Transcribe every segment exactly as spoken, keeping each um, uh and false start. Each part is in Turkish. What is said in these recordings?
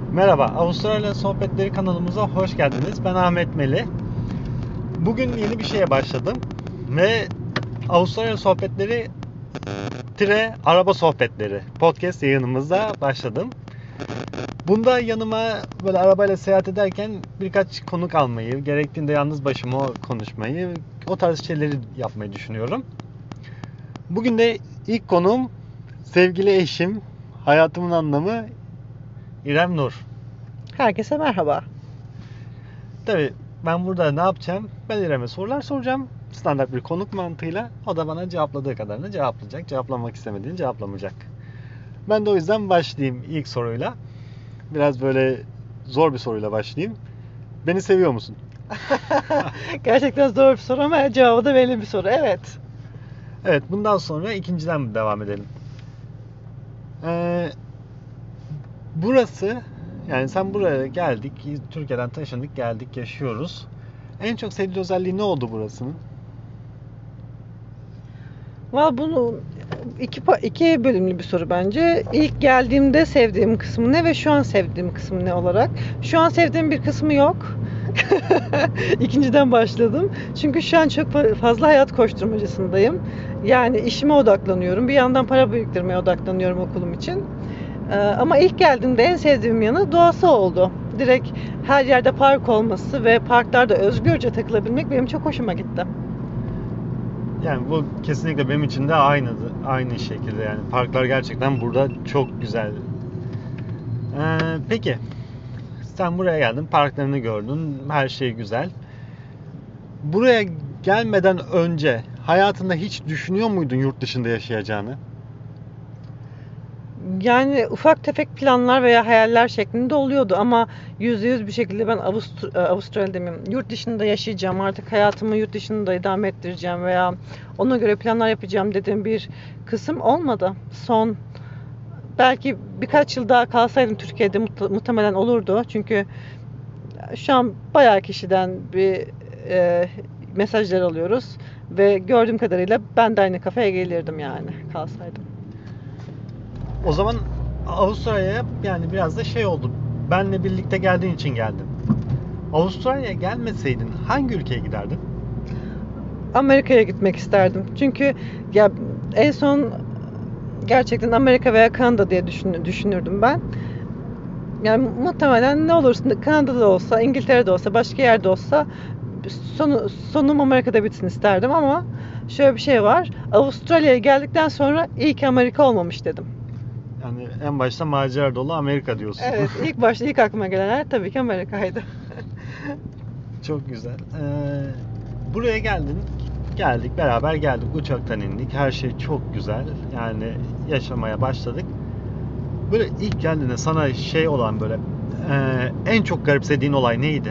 Merhaba, Avustralya Sohbetleri kanalımıza hoş geldiniz. Ben Ahmet Meli. Bugün yeni bir şeye başladım ve Avustralya Sohbetleri tire araba sohbetleri podcast yayınımıza başladım. Bunda yanıma böyle arabayla seyahat ederken birkaç konuk almayı, gerektiğinde yalnız başıma konuşmayı, o tarz şeyleri yapmayı düşünüyorum. Bugün de ilk konuğum sevgili eşim, hayatımın anlamı İrem Nur. Herkese merhaba. Tabii ben burada ne yapacağım? Ben İrem'e sorular soracağım. Standart bir konuk mantığıyla. O da bana cevapladığı kadarını cevaplayacak. Cevaplamak istemediğini cevaplamayacak. Ben de o yüzden başlayayım ilk soruyla. Biraz böyle zor bir soruyla başlayayım. Beni seviyor musun? Gerçekten zor bir soru ama cevabı da belli bir soru. Evet. Evet, bundan sonra ikinciden devam edelim. Ee, burası, yani sen buraya geldik, Türkiye'den taşındık, geldik, yaşıyoruz. En çok sevdiğin özelliği ne oldu burasının? Valla bunu iki, iki bölümlü bir soru bence. İlk geldiğimde sevdiğim kısmı ne ve şu an sevdiğim kısmı ne olarak. Şu an sevdiğim bir kısmı yok. İkinciden başladım. Çünkü şu an çok fazla hayat koşturmacasındayım. Yani işime odaklanıyorum. Bir yandan para biriktirmeye odaklanıyorum okulum için. Ama ilk geldiğimde en sevdiğim yanı doğası oldu. Direkt her yerde park olması ve parklarda özgürce takılabilmek benim çok hoşuma gitti. Yani bu kesinlikle benim için de aynı aynı şekilde, yani parklar gerçekten burada çok güzel. Ee, peki sen buraya geldin, parklarını gördün, her şey güzel. Buraya gelmeden önce hayatında hiç düşünüyor muydun yurt dışında yaşayacağını? Yani ufak tefek planlar veya hayaller şeklinde oluyordu ama yüzde yüz bir şekilde ben Avust- Avustralya demeyeyim, yurt dışında yaşayacağım, artık hayatımı yurt dışında idame ettireceğim veya ona göre planlar yapacağım dediğim bir kısım olmadı. Son belki birkaç yıl daha kalsaydım Türkiye'de mut- muhtemelen olurdu. Çünkü şu an bayağı kişiden bir e, mesajlar alıyoruz ve gördüğüm kadarıyla ben de aynı kafaya gelirdim yani kalsaydım. O zaman Avustralya'ya yani biraz da şey oldu. Benle birlikte geldiğin için geldin. Avustralya'ya gelmeseydin hangi ülkeye giderdin? Amerika'ya gitmek isterdim. Çünkü ya en son gerçekten Amerika veya Kanada diye düşün, düşünürdüm ben. Yani muhtemelen ne olursa Kanada'da olsa, İngiltere'de olsa, başka yerde olsa sonu, sonum Amerika'da bitsin isterdim ama şöyle bir şey var. Avustralya'ya geldikten sonra iyi ki Amerika olmamış dedim. Yani en başta macera dolu Amerika diyorsun. Evet, ilk başta ilk aklıma gelenler tabii ki Amerika'ydı. Çok güzel. Ee, buraya geldin. Geldik, beraber geldik. Uçaktan indik. Her şey çok güzel. Yani yaşamaya başladık. Böyle ilk geldiğinde sana şey olan böyle e, en çok garipsediğin olay neydi?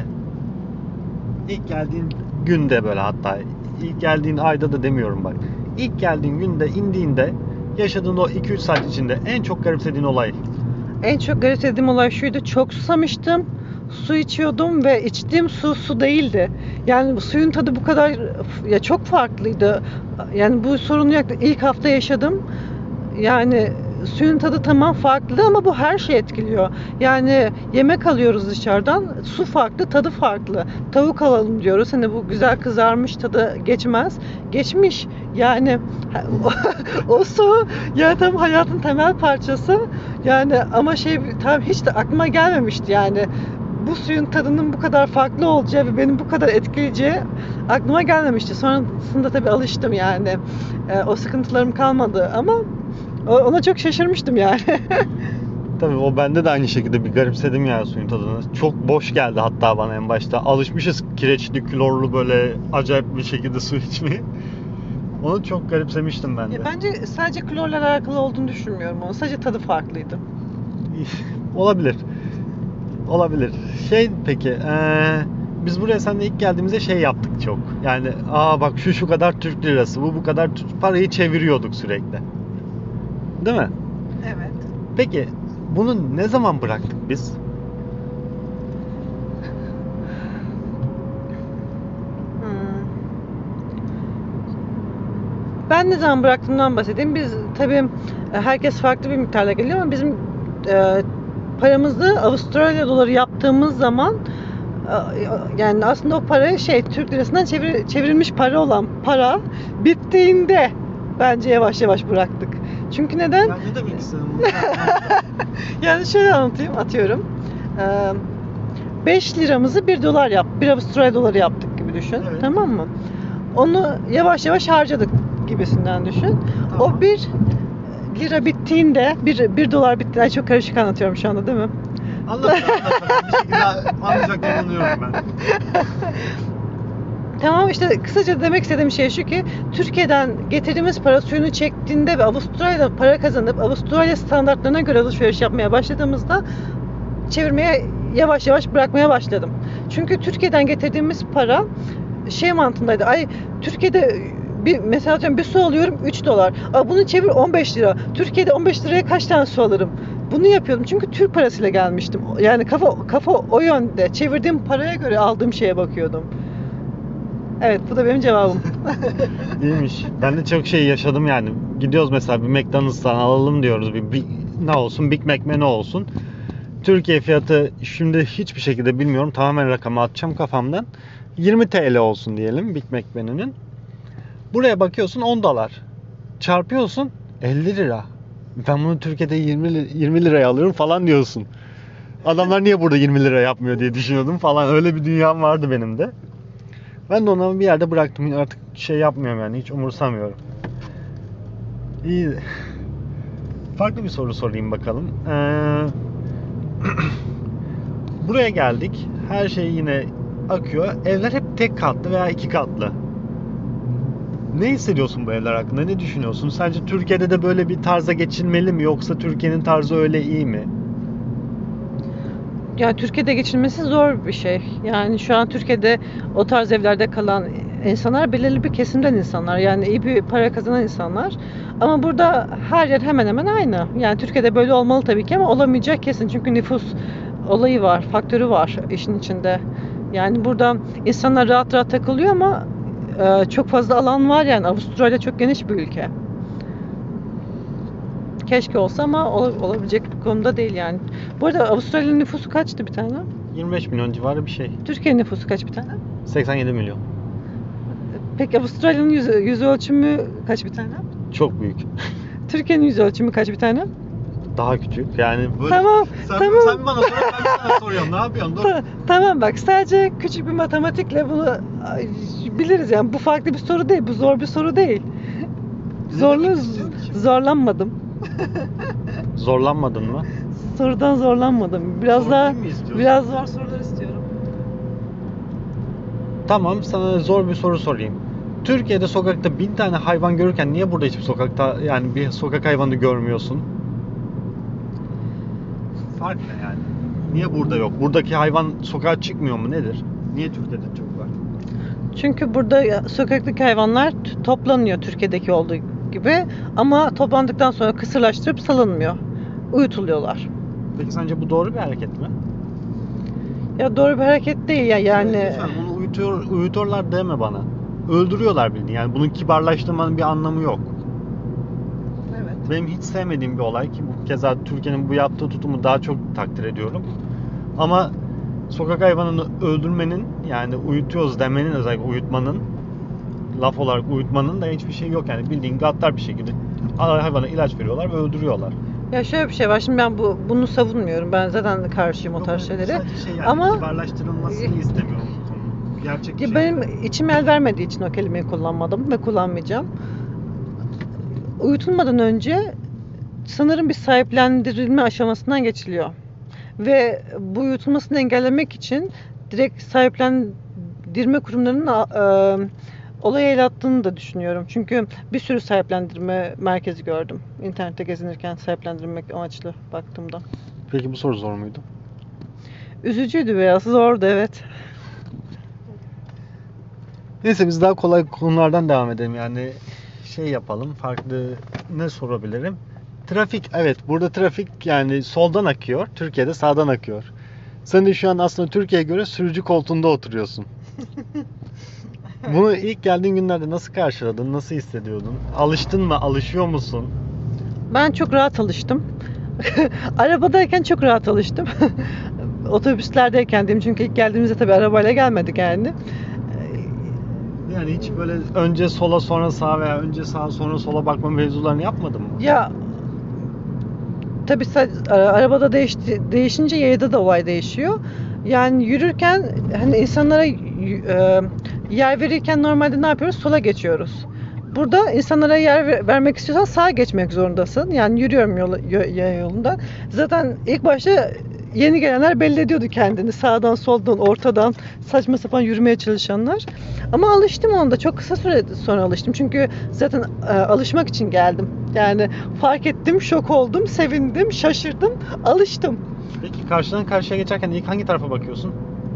İlk geldiğin günde, böyle hatta ilk geldiğin ayda da demiyorum bak. İlk geldiğin günde indiğinde yaşadığın o iki üç saat içinde en çok garipsediğin olay. En çok garipsediğim olay şuydu. Çok susamıştım. Su içiyordum ve içtiğim su su değildi. Yani bu suyun tadı bu kadar ya çok farklıydı. Yani bu sorunu yaklaşık ilk hafta yaşadım. Yani suyun tadı tamam farklı ama bu her şeyi etkiliyor. Yani yemek alıyoruz dışarıdan, su farklı, tadı farklı. Tavuk alalım diyoruz. Hani bu güzel kızarmış tadı geçmez. Geçmiş. Yani o, o su yani tam hayatın temel parçası. Yani ama şey tam hiç de aklıma gelmemişti yani. Bu suyun tadının bu kadar farklı olacağı ve benim bu kadar etkileyeceği aklıma gelmemişti. Sonrasında tabii alıştım yani. E, o sıkıntılarım kalmadı ama ona çok şaşırmıştım yani. Tabii o bende de aynı şekilde bir garipsedim ya suyun tadını. Çok boş geldi hatta bana en başta. Alışmışız kireçli, klorlu böyle acayip bir şekilde su içmeye. Onu çok garipsemiştim ben de. Ya bence sadece klorla alakalı olduğunu düşünmüyorum onu. Sadece tadı farklıydı. Olabilir. Olabilir. Şey peki, ee, biz buraya seninle ilk geldiğimizde şey yaptık çok. Yani aa bak şu şu kadar Türk lirası, bu bu kadar parayı çeviriyorduk sürekli. Değil mi? Evet. Peki bunu ne zaman bıraktık biz? Hmm. Ben ne zaman bıraktığımdan bahsedeyim. Biz tabii herkes farklı bir miktarda geliyor ama bizim e, paramızı Avustralya doları yaptığımız zaman e, yani aslında o para şey Türk lirasından çevir, çevrilmiş para olan para bittiğinde bence yavaş yavaş bıraktık. Çünkü neden? Ya ne demek istedim bunu? Yani şöyle anlatayım, atıyorum. beş liramızı bir dolar yap, bir Avustralya doları yaptık gibi düşün. Evet. Tamam mı? Onu yavaş yavaş harcadık gibisinden düşün. Tamam. O bir lira bittiğinde, bir, bir dolar bittiğinde, ay çok karışık anlatıyorum şu anda değil mi? Anlat anlat. Bir şekilde anlayacak inanıyorum ben. Tamam, işte kısaca demek istediğim şey şu ki Türkiye'den getirdiğimiz para suyunu çektiğinde ve Avustralya'da para kazanıp Avustralya standartlarına göre alışveriş yapmaya başladığımızda çevirmeye yavaş yavaş bırakmaya başladım. Çünkü Türkiye'den getirdiğimiz para şey mantığındaydı. Ay Türkiye'de bir mesela atıyorum bir su alıyorum üç dolar. Aa, bunu çevir on beş lira. Türkiye'de on beş liraya kaç tane su alırım? Bunu yapıyordum çünkü Türk parasıyla gelmiştim. Yani kafa kafa o yönde. Çevirdiğim paraya göre aldığım şeye bakıyordum. Evet, bu da benim cevabım. İyiymiş. Ben de çok şey yaşadım yani. Gidiyoruz mesela bir McDonald's'tan alalım diyoruz. Bir, bir ne olsun? Big Mac mi ne olsun? Türkiye fiyatı şimdi hiçbir şekilde bilmiyorum. Tamamen rakamı atacağım kafamdan. yirmi T L olsun diyelim Big Mac menünün. Buraya bakıyorsun on dolar. Çarpıyorsun elli lira. Ben bunu Türkiye'de yirmi, yirmi liraya alıyorum falan diyorsun. Adamlar niye burada yirmi lira yapmıyor diye düşünüyordum falan. Öyle bir dünyam vardı benim de. Ben de onu bir yerde bıraktım. Artık şey yapmıyorum yani. Hiç umursamıyorum. İyi. Farklı bir soru sorayım bakalım. Ee, buraya geldik. Her şey yine akıyor. Evler hep tek katlı veya iki katlı. Ne hissediyorsun bu evler hakkında? Ne düşünüyorsun? Sence Türkiye'de de böyle bir tarza geçilmeli mi? Yoksa Türkiye'nin tarzı öyle iyi mi? Ya Türkiye'de geçirmesi zor bir şey. Yani şu an Türkiye'de o tarz evlerde kalan insanlar belirli bir kesimden insanlar. Yani iyi bir para kazanan insanlar. Ama burada her yer hemen hemen aynı. Yani Türkiye'de böyle olmalı tabii ki ama olamayacak kesin. Çünkü nüfus olayı var, faktörü var işin içinde. Yani burada insanlar rahat rahat takılıyor ama e, çok fazla alan var yani. Avustralya çok geniş bir ülke. Keşke olsa ama ol- olabilecek bir konuda değil yani. Bu arada Avustralya'nın nüfusu kaçtı bir tane? yirmi beş milyon civarı bir şey. Türkiye'nin nüfusu kaç bir tane? seksen yedi milyon. Peki Avustralya'nın yüz, yüz ölçümü kaç bir tane? Çok büyük. Türkiye'nin yüz ölçümü kaç bir tane? Daha küçük. Yani böyle... Tamam, Sen, tamam. sen bana sor, ben sana soruyorum. Ne yapıyorsun? Dur. Ta- tamam bak, sadece küçük bir matematikle bunu ay, biliriz yani. Bu farklı bir soru değil, bu zor bir soru değil. Ne Zorlu, demek istiyorsun ki? zorlanmadım. Zorlanmadın mı? Sorudan zorlanmadım. Biraz Zor daha değil mi istiyorsun? biraz zor sorular istiyorum. Tamam, sana zor bir soru sorayım. Türkiye'de sokakta bin tane hayvan görürken niye burada hiçbir sokakta yani bir sokak hayvanı görmüyorsun? Fark ne yani? Niye burada yok? Buradaki hayvan sokağa çıkmıyor mu nedir? Niye Türkiye'de çok var? Çünkü burada ya- sokaktaki hayvanlar t- toplanıyor Türkiye'deki olduğu gibi ama toplandıktan sonra kısırlaştırıp salınmıyor. Uyutuluyorlar. Peki sence bu doğru bir hareket mi? Ya doğru bir hareket değil ya yani. Lütfen onu uyutuyor, uyutuyorlar deme bana. Öldürüyorlar bildiğin. Yani bunun kibarlaştırmanın bir anlamı yok. Evet. Benim hiç sevmediğim bir olay ki bu keza Türkiye'nin bu yaptığı tutumu daha çok takdir ediyorum. Ama sokak hayvanını öldürmenin yani uyutuyoruz demenin özellikle uyutmanın laf olarak uyutmanın da hiçbir şey yok yani bildiğin gaddar bir şekilde hayvana ilaç veriyorlar ve öldürüyorlar. Ya şöyle bir şey var. Şimdi ben bu bunu savunmuyorum. Ben zaten karşıyım o Yok, tarz şeylere. sadece şey yani, Ama kibarlaştırılmasını istemiyorum bu konu. Gerçek bir ya şey. benim içim el vermediği için o kelimeyi kullanmadım ve kullanmayacağım. Uyutulmadan önce sanırım bir sahiplendirilme aşamasından geçiliyor. Ve bu uyutulmasını engellemek için direkt sahiplendirme kurumlarının e, olaya el attığını da düşünüyorum. Çünkü bir sürü sahiplendirme merkezi gördüm. İnternette gezinirken sahiplendirmek amaçlı baktığımda. Peki bu soru zor muydu? Üzücüydü biraz, zordu evet. Neyse biz daha kolay konulardan devam edelim yani şey yapalım farklı ne sorabilirim? Trafik evet burada trafik yani soldan akıyor Türkiye'de sağdan akıyor. Sen de şu an aslında Türkiye'ye göre sürücü koltuğunda oturuyorsun. Bunu ilk geldiğin günlerde nasıl karşıladın? Nasıl hissediyordun? Alıştın mı? Alışıyor musun? Ben çok rahat alıştım. Arabadayken çok rahat alıştım. Otobüslerdeyken diyeyim, çünkü ilk geldiğimizde tabii arabayla gelmedik yani. Yani hiç böyle önce sola sonra sağa veya önce sağa sonra sola bakma mevzularını yapmadın mı? Ya tabii sa- a- arabada değişti, değişince yayada da olay değişiyor. Yani yürürken hani insanlara y- e, yer verirken normalde ne yapıyoruz? Sola geçiyoruz. Burada insanlara yer ver- vermek istiyorsan sağa geçmek zorundasın. Yani yürüyorum yol, yaya yolundan. Zaten ilk başta yeni gelenler belli ediyordu kendini. Sağdan, soldan, ortadan saçma sapan yürümeye çalışanlar. Ama alıştım onda. Çok kısa süre sonra alıştım. Çünkü zaten e, alışmak için geldim. Yani fark ettim, şok oldum, sevindim, şaşırdım, alıştım. Peki karşıdan karşıya geçerken ilk hangi tarafa bakıyorsun?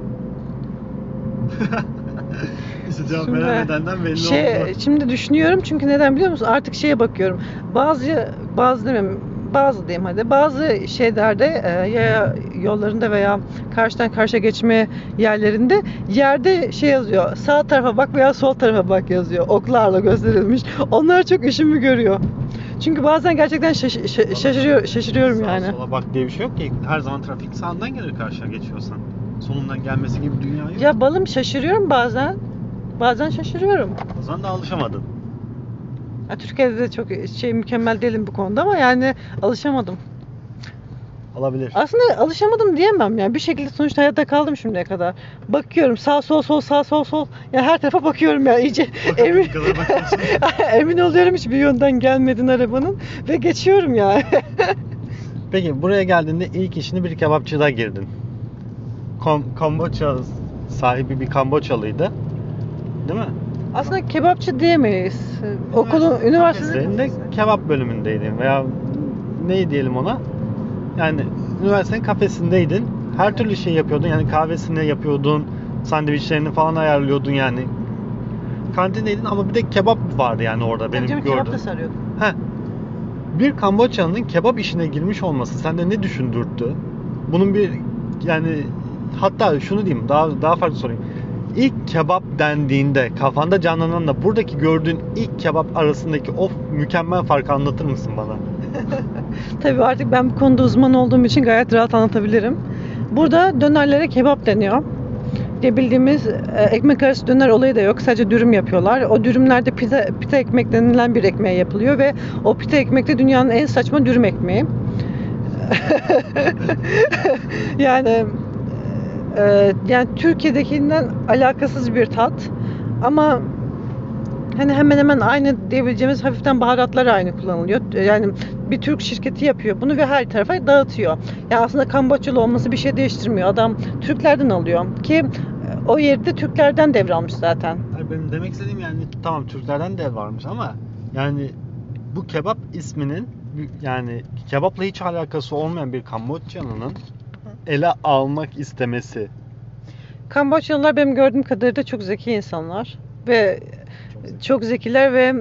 İşte cevap Şimdi, veremedenden belli şey, oldu. şimdi düşünüyorum, çünkü neden biliyor musun? Artık şeye bakıyorum. Bazı bazı demem bazı diyeyim hadi. Bazı şeylerde e, ya yollarında veya karşıdan karşıya geçme yerlerinde yerde şey yazıyor. Sağ tarafa bak veya sol tarafa bak yazıyor. Oklarla gösterilmiş. Onlar çok işimi görüyor. Çünkü bazen gerçekten şaş- şa- şaşırıyor, şaşırıyorum Sağa yani. sola bak diye bir şey yok ki. Her zaman trafik sağından gelir karşıya geçiyorsan. Solundan gelmesi gibi bir dünya yok. Ya balım, şaşırıyorum bazen. Bazen şaşırıyorum. O zaman da alışamadın. Ya, Türkiye'de de çok şey mükemmel değilim bu konuda ama yani alışamadım. Olabilir. Aslında alışamadım diyemem yani. Bir şekilde sonuçta hayatta kaldım şimdiye kadar. Bakıyorum sağ sol sol sağ sol sol. Ya her tarafa bakıyorum ya iyice. Bakalım Emin, ne kadar bakıyorsun. emin oluyorum hiçbir yönden gelmedin arabanın ve geçiyorum ya. Peki buraya geldiğinde ilk işini bir kebapçıda girdin. Kom Kamboçya sahibi bir Kamboçyalıydı. Değil mi? Aslında kebapçı diyemeyiz. Okulun, üniversitede Kafesinde kebap bölümündeydin veya ne diyelim ona? Yani üniversitenin kafesindeydin. Her türlü şey yapıyordun. Yani kahvesini yapıyordun, sandviçlerini falan ayarlıyordun yani. Kantindeydin ama bir de kebap vardı yani orada benim Canım, gördüğüm. kebap da sarıyordum. Heh. Bir Kamboçyalı'nın kebap işine girmiş olması sende ne düşündürttü? Bunun bir yani hatta şunu diyeyim, daha daha farklı sorayım. İlk kebap dendiğinde kafanda canlananla buradaki gördüğün ilk kebap arasındaki o mükemmel farkı anlatır mısın bana? Tabii artık ben bu konuda uzman olduğum için gayet rahat anlatabilirim. Burada dönerlere kebap deniyor. Diye bildiğimiz e, ekmek arası döner olayı da yok. Sadece dürüm yapıyorlar. O dürümlerde pita, pita ekmek denilen bir ekmeğe yapılıyor ve o pita ekmek de dünyanın en saçma dürüm ekmeği. yani e, yani Türkiye'dekinden alakasız bir tat. Ama hani hemen hemen aynı diyebileceğimiz hafiften baharatlar aynı kullanılıyor. Yani bir Türk şirketi yapıyor bunu ve her tarafa dağıtıyor. Yani aslında Kamboçyalı olması bir şey değiştirmiyor. Adam Türklerden alıyor ki o yerde Türklerden devralmış zaten. Hayır, benim demek istediğim yani tamam Türklerden de varmış ama yani bu kebap isminin yani kebapla hiç alakası olmayan bir Kamboçyalı'nın ele almak istemesi. Kamboçyalılar benim gördüğüm kadarıyla çok zeki insanlar ve Çok zeki. çok zekiler ve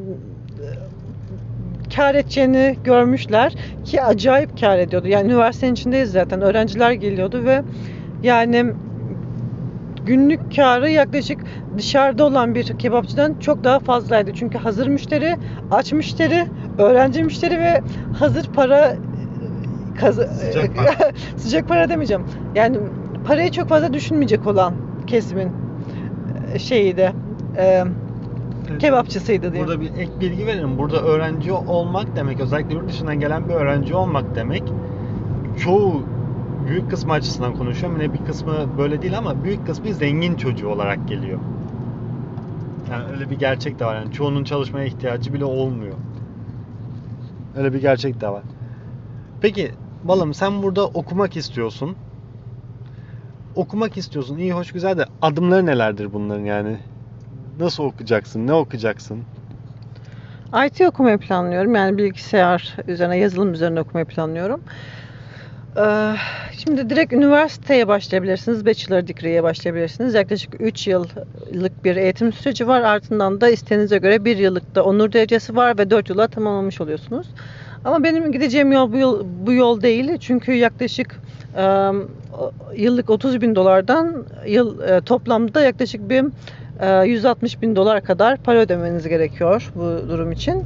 kar edeceğini görmüşler ki acayip kar ediyordu. Yani üniversitenin içindeyiz zaten. Öğrenciler geliyordu ve yani günlük karı yaklaşık dışarıda olan bir kebapçıdan çok daha fazlaydı. Çünkü hazır müşteri, aç müşteri, öğrenci müşteri ve hazır para kazı- Sıcak para. sıcak para demeyeceğim. Yani parayı çok fazla düşünmeyecek olan kesimin şeyi de e, kebapçısıydı diye. Burada bir ek bilgi verelim. Burada öğrenci olmak demek, özellikle yurt dışından gelen bir öğrenci olmak demek, çoğu büyük kısmı açısından konuşuyorum. Yine bir kısmı böyle değil ama büyük kısmı zengin çocuğu olarak geliyor. Yani öyle bir gerçek de var. Yani çoğunun çalışmaya ihtiyacı bile olmuyor. Öyle bir gerçek de var. Peki balım sen burada okumak istiyorsun. Okumak istiyorsun. İyi hoş güzel de adımları nelerdir bunların yani? Nasıl okuyacaksın? Ne okuyacaksın? I T okumayı planlıyorum. Yani bilgisayar üzerine, yazılım üzerine okumayı planlıyorum. Ee, Şimdi direkt üniversiteye başlayabilirsiniz. Bachelor degree'ye başlayabilirsiniz. Yaklaşık üç yıllık bir eğitim süreci var. Ardından da isteğinize göre bir yıllık da onur derecesi var ve dört yıla tamamlamış oluyorsunuz. Ama benim gideceğim yol bu yol, bu yol değil. Çünkü yaklaşık e, yıllık otuz bin dolardan yıl e, toplamda yaklaşık bir yüz altmış bin dolar kadar para ödemeniz gerekiyor bu durum için.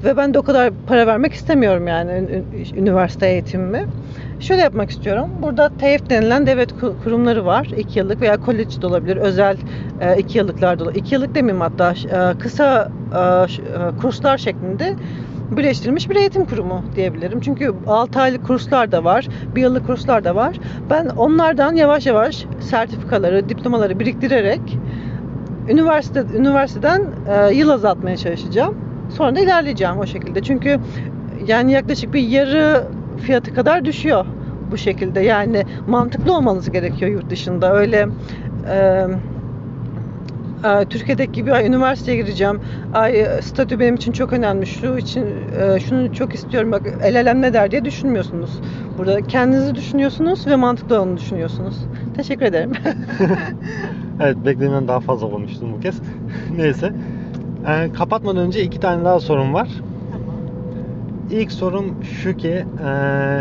Ve ben de o kadar para vermek istemiyorum yani ü- üniversite eğitimimi. Şöyle yapmak istiyorum. Burada TEİF denilen devlet kurumları var. iki yıllık veya college de olabilir. Özel e, iki yıllıklar da olabilir. iki yıllık demeyeyim hatta e, kısa e, ş- e, kurslar şeklinde birleştirilmiş bir eğitim kurumu diyebilirim. Çünkü altı aylık kurslar da var. bir yıllık kurslar da var. Ben onlardan yavaş yavaş sertifikaları, diplomaları biriktirerek üniversite üniversiteden e, yıl azaltmaya çalışacağım. Sonra da ilerleyeceğim o şekilde. Çünkü yani yaklaşık bir yarı fiyatı kadar düşüyor bu şekilde. Yani mantıklı olmanız gerekiyor yurt dışında. Öyle e, e, Türkiye'deki gibi ay üniversiteye gireceğim. Ay statü benim için çok önemli. Şu için e, şunu çok istiyorum. Bak el alem ne der diye düşünmüyorsunuz. Burada kendinizi düşünüyorsunuz ve mantıklı olanı düşünüyorsunuz. Teşekkür ederim. Evet, beklemeden daha fazla konuştum bu kez. Neyse. Ee, kapatmadan önce iki tane daha sorum var. İlk sorum şu ki ee,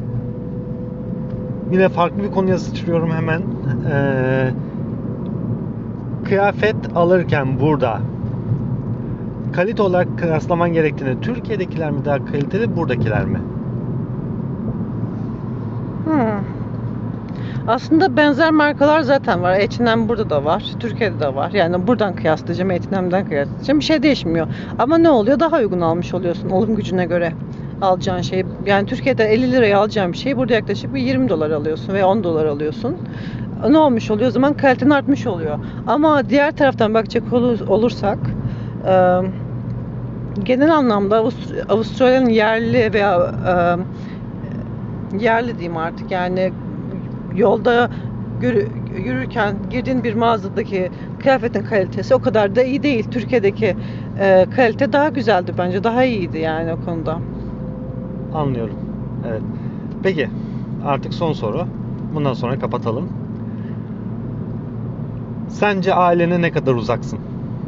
yine farklı bir konuya sıçrıyorum hemen. Ee, kıyafet alırken burada kalite olarak kıyaslaman gerektiğini, Türkiye'dekiler mi daha kaliteli, buradakiler mi? Hmm. Aslında benzer markalar zaten var. H and M burada da var. Türkiye'de de var. Yani buradan kıyaslayacağım, H and M'den kıyaslayacağım. Bir şey değişmiyor. Ama ne oluyor? Daha uygun almış oluyorsun alım gücüne göre alacağın şey. Yani Türkiye'de elli liraya alacağın bir şeyi burada yaklaşık bir yirmi dolar alıyorsun veya on dolar alıyorsun. Ne olmuş oluyor? O zaman kaliten artmış oluyor. Ama diğer taraftan bakacak olursak e, genel anlamda Avust- Avustralya'nın yerli veya e, yerli diyeyim artık yani yolda yürü, yürürken girdiğin bir mağazadaki kıyafetin kalitesi o kadar da iyi değil. Türkiye'deki e, kalite daha güzeldi bence. Daha iyiydi yani o konuda. Anlıyorum. Evet. Peki, artık son soru. Bundan sonra kapatalım. Sence ailene ne kadar uzaksın?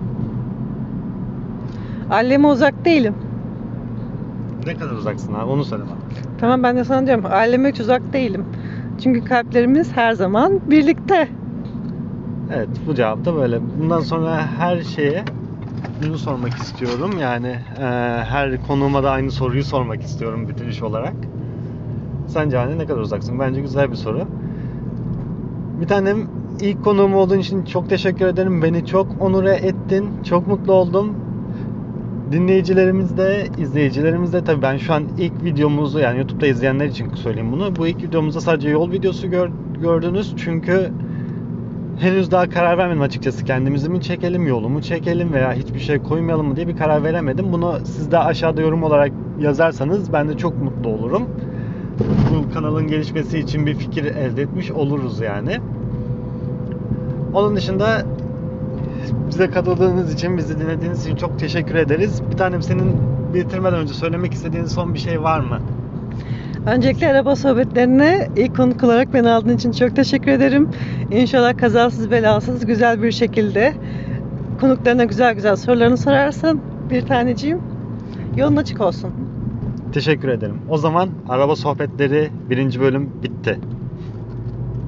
Aileme uzak değilim. Ne kadar uzaksın abi? Onu söyle bana. Tamam ben de sana diyorum. Aileme hiç uzak değilim. Çünkü kalplerimiz her zaman birlikte. Evet, bu cevap da böyle. Bundan sonra her şeye bunu sormak istiyorum. Yani e, her konuğuma da aynı soruyu sormak istiyorum bitiriş olarak. Sence hani ne kadar uzaksın? Bence güzel bir soru. Bir tanem, ilk konuğum olduğun için çok teşekkür ederim. Beni çok onure ettin. Çok mutlu oldum. Dinleyicilerimiz de, izleyicilerimiz de, tabii ben şu an ilk videomuzu, yani YouTube'da izleyenler için söyleyeyim bunu. Bu ilk videomuzda sadece yol videosu gör, gördünüz. Çünkü henüz daha karar vermedim açıkçası. Kendimizi mi çekelim, yolu mu çekelim veya hiçbir şey koymayalım mı diye bir karar veremedim. Bunu siz de aşağıda yorum olarak yazarsanız ben de çok mutlu olurum. Bu kanalın gelişmesi için bir fikir elde etmiş oluruz yani. Onun dışında bize katıldığınız için, bizi dinlediğiniz için çok teşekkür ederiz. Bir tanem, senin bitirmeden önce söylemek istediğin son bir şey var mı? Öncelikle araba sohbetlerine ilk konuk olarak beni aldığın için çok teşekkür ederim. İnşallah kazasız belasız güzel bir şekilde konuklarına güzel güzel sorularını sorarsın. Bir taneciğim. Yolun açık olsun. Teşekkür ederim. O zaman araba sohbetleri birinci bölüm bitti.